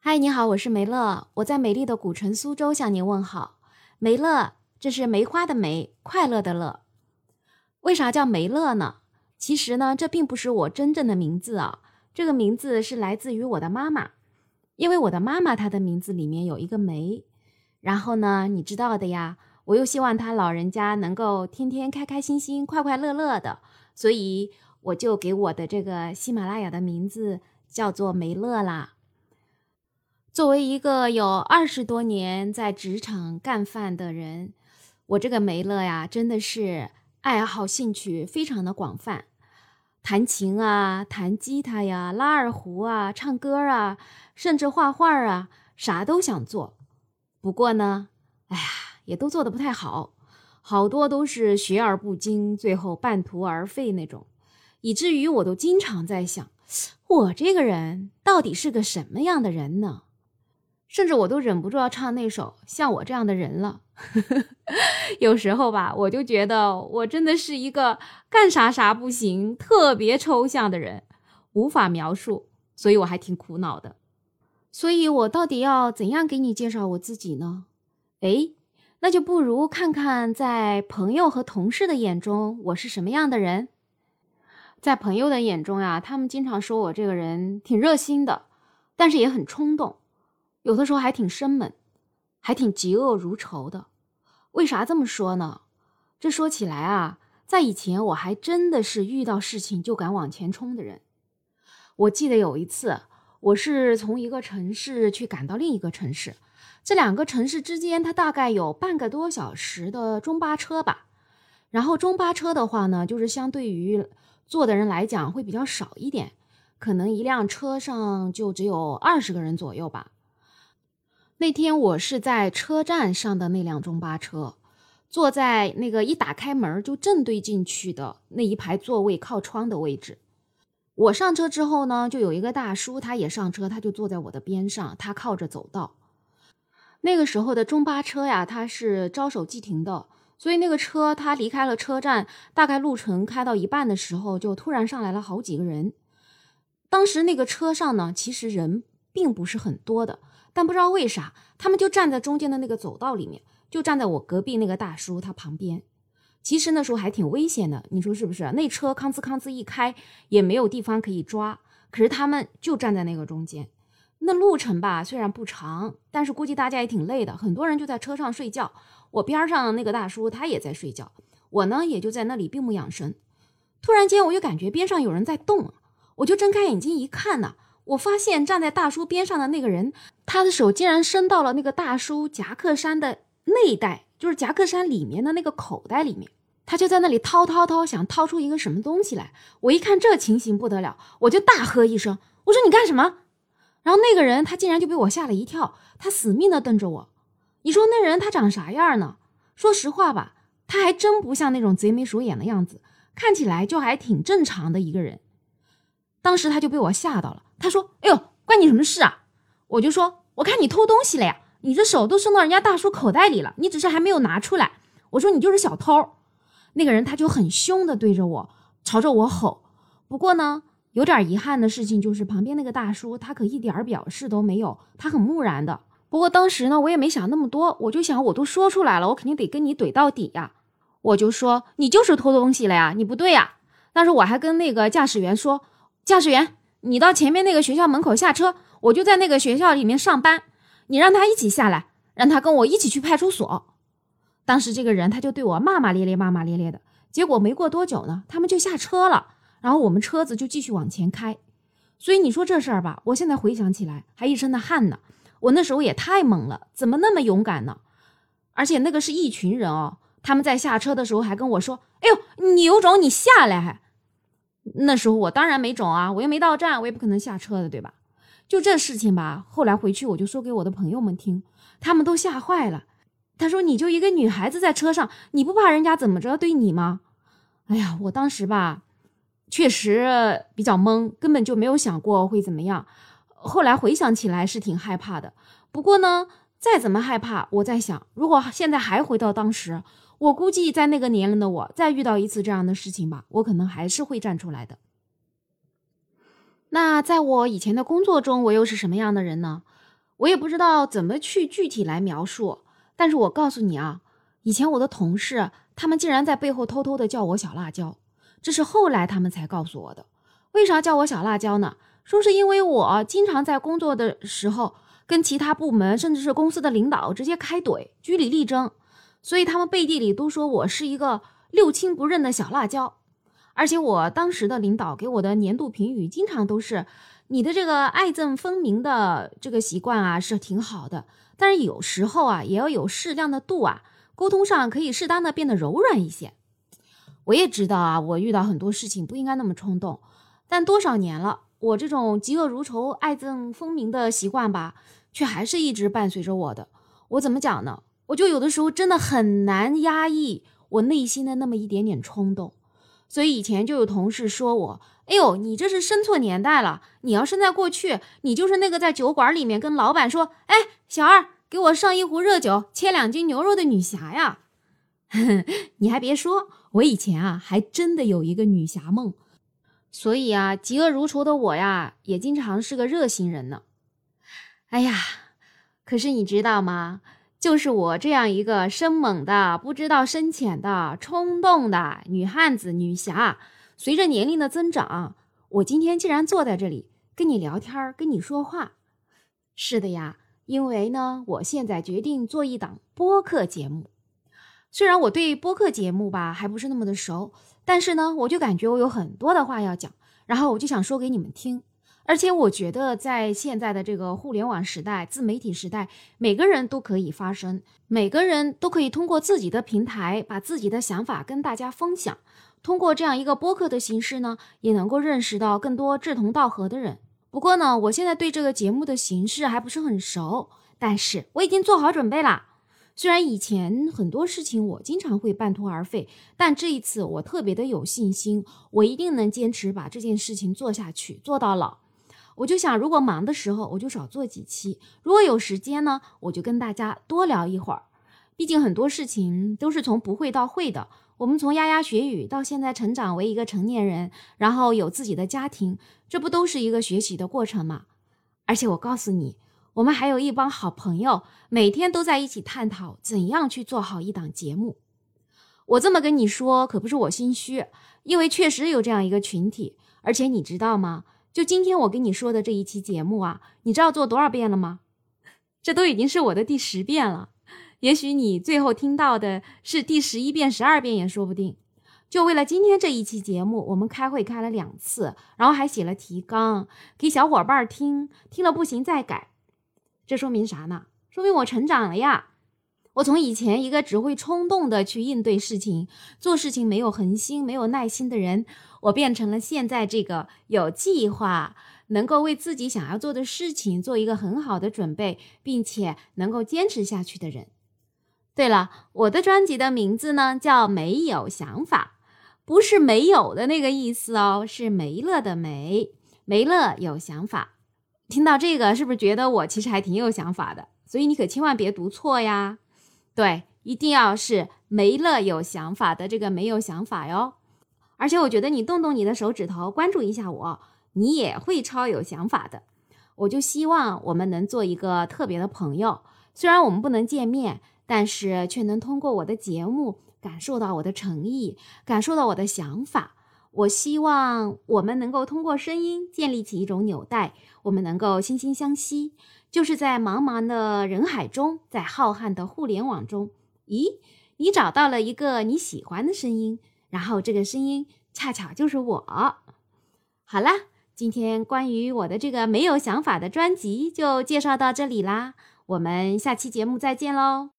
嗨，你好，我是梅乐，我在美丽的古城苏州向您问好。梅乐，这是梅花的梅，快乐的乐。为啥叫梅乐呢？其实呢，这并不是我真正的名字啊，这个名字是来自于我的妈妈，因为我的妈妈她的名字里面有一个梅，然后呢，你知道的呀，我又希望她老人家能够天天开开心心、快快乐乐的，所以我就给我的这个喜马拉雅的名字叫做梅乐啦。作为一个有20多年在职场干饭的人，我这个梅乐呀，真的是爱好兴趣非常的广泛，弹琴啊，弹吉他呀，拉二胡啊，唱歌啊，甚至画画啊，啥都想做。不过呢，也都做得不太好，好多都是学而不精，最后半途而废那种，以至于我都经常在想，我这个人到底是个什么样的人呢？甚至我都忍不住要唱那首像我这样的人了。有时候吧，我就觉得我真的是一个干啥啥不行，特别抽象的人，无法描述，所以我还挺苦恼的。所以我到底要怎样给你介绍我自己呢？那就不如看看在朋友和同事的眼中我是什么样的人。在朋友的眼中呀，他们经常说我这个人挺热心的，但是也很冲动，有的时候还挺生猛，还挺嫉恶如仇的。为啥这么说呢？这说起来啊，在以前我还真的是遇到事情就敢往前冲的人。我记得有一次，我是从一个城市去赶到另一个城市，这两个城市之间它大概有半个多小时的中巴车吧。然后中巴车的话呢，就是相对于坐的人来讲会比较少一点，可能一辆车上就只有20个人左右吧。那天我是在车站上的那辆中巴车，坐在那个一打开门就正对进去的那一排座位靠窗的位置。我上车之后呢，就有一个大叔，他也上车，他就坐在我的边上，他靠着走道。那个时候的中巴车呀，它是招手即停的，所以那个车他离开了车站，大概路程开到一半的时候，就突然上来了好几个人。当时那个车上呢，其实人并不是很多的，但不知道为啥，他们就站在中间的那个走道里面，就站在我隔壁那个大叔他旁边。其实那时候还挺危险的，你说是不是？那车吭哧吭哧一开，也没有地方可以抓，可是他们就站在那个中间。那路程吧，虽然不长，但是估计大家也挺累的，很多人就在车上睡觉。我边上那个大叔他也在睡觉，我呢也就在那里闭目养神。突然间我就感觉边上有人在动，我就睁开眼睛一看呢，我发现站在大叔边上的那个人，他的手竟然伸到了那个大叔夹克衫的内袋，就是夹克衫里面的那个口袋里面，他就在那里掏，想掏出一个什么东西来。我一看这情形不得了，我就大喝一声，我说你干什么？然后那个人他竟然就被我吓了一跳，他死命的瞪着我。你说那人他长啥样呢？说实话吧，他还真不像那种贼眉鼠眼的样子，看起来就还挺正常的一个人。当时他就被我吓到了，他说哎呦，关你什么事啊？我就说我看你偷东西了呀，你这手都伸到人家大叔口袋里了，你只是还没有拿出来，我说你就是小偷。那个人他就很凶的对着我，朝着我吼。不过呢，有点遗憾的事情就是旁边那个大叔他可一点表示都没有，他很木然的。不过当时呢，我也没想那么多，我就想我都说出来了，我肯定得跟你怼到底呀。我就说你就是偷东西了呀，你不对呀。但是我还跟那个驾驶员说，驾驶员，你到前面那个学校门口下车，我就在那个学校里面上班，你让他一起下来，让他跟我一起去派出所。当时这个人他就对我骂骂咧咧的，结果没过多久呢，他们就下车了，然后我们车子就继续往前开。所以你说这事儿吧，我现在回想起来还一身的汗呢。我那时候也太猛了，怎么那么勇敢呢？而且那个是一群人哦，他们在下车的时候还跟我说，哎呦，你有种你下来还。那时候我当然没种啊，我又没到站，我也不可能下车的，对吧？就这事情吧，后来回去我就说给我的朋友们听，他们都吓坏了。他说你就一个女孩子在车上，你不怕人家怎么着对你吗？哎呀，我当时吧确实比较懵，根本就没有想过会怎么样。后来回想起来是挺害怕的，不过呢再怎么害怕，我在想如果现在还回到当时，我估计在那个年龄的我再遇到一次这样的事情吧，我可能还是会站出来的。那在我以前的工作中，我又是什么样的人呢？ 我也不知道怎么去具体来描述，但是我告诉你啊，以前我的同事他们竟然在背后偷偷的叫我小辣椒，这是后来他们才告诉我的。为啥叫我小辣椒呢？说是因为我经常在工作的时候跟其他部门甚至是公司的领导直接开怼，据理力争，所以他们背地里都说我是一个六亲不认的小辣椒。而且我当时的领导给我的年度评语经常都是，你的这个爱憎分明的这个习惯啊是挺好的，但是有时候啊也要有适量的度啊，沟通上可以适当的变得柔软一些。我也知道啊，我遇到很多事情不应该那么冲动，但多少年了，我这种嫉恶如仇、爱憎分明的习惯吧，却还是一直伴随着我的。我怎么讲呢？我就有的时候真的很难压抑我内心的那么一点点冲动。所以以前就有同事说我，哎呦，你这是生错年代了，你要生在过去，你就是那个在酒馆里面跟老板说，哎，小二，给我上一壶热酒，切2斤牛肉的女侠呀。你还别说，我以前啊还真的有一个女侠梦。所以啊，嫉恶如仇的我呀，也经常是个热心人呢。哎呀，可是你知道吗？就是我这样一个生猛的、不知道深浅的、冲动的女汉子、女侠，随着年龄的增长，我今天竟然坐在这里跟你聊天，跟你说话。是的呀，因为呢，我现在决定做一档播客节目。虽然我对播客节目吧还不是那么的熟，但是呢，我就感觉我有很多的话要讲，然后我就想说给你们听。而且我觉得在现在的这个互联网时代、自媒体时代，每个人都可以发声，每个人都可以通过自己的平台把自己的想法跟大家分享。通过这样一个播客的形式呢，也能够认识到更多志同道合的人。不过呢，我现在对这个节目的形式还不是很熟，但是我已经做好准备啦。虽然以前很多事情我经常会半途而废，但这一次我特别的有信心，我一定能坚持把这件事情做下去，做到老。我就想，如果忙的时候我就少做几期，如果有时间呢，我就跟大家多聊一会儿。毕竟很多事情都是从不会到会的，我们从牙牙学语到现在成长为一个成年人，然后有自己的家庭，这不都是一个学习的过程吗？而且我告诉你，我们还有一帮好朋友，每天都在一起探讨怎样去做好一档节目。我这么跟你说可不是我心虚，因为确实有这样一个群体。而且你知道吗？就今天我跟你说的这一期节目啊，你知道做多少遍了吗？这都已经是我的第10遍了，也许你最后听到的是第11遍、12遍也说不定。就为了今天这一期节目，我们开会开了2次，然后还写了提纲给小伙伴听，听了不行再改。这说明啥呢？说明我成长了呀。我从以前一个只会冲动的去应对事情，做事情没有恒心、没有耐心的人，我变成了现在这个有计划，能够为自己想要做的事情做一个很好的准备，并且能够坚持下去的人。对了，我的专辑的名字呢叫没有想法，不是没有的那个意思哦，是没了的没，没了有想法。听到这个是不是觉得我其实还挺有想法的？所以你可千万别读错呀。对，一定要是没了有想法的这个没有想法哟。而且我觉得你动动你的手指头关注一下我，你也会超有想法的。我就希望我们能做一个特别的朋友，虽然我们不能见面，但是却能通过我的节目感受到我的诚意，感受到我的想法。我希望我们能够通过声音建立起一种纽带，我们能够惺惺相惜，就是在茫茫的人海中，在浩瀚的互联网中，咦，你找到了一个你喜欢的声音，然后这个声音恰巧就是我。好啦，今天关于我的这个没有想法的专辑就介绍到这里啦，我们下期节目再见喽。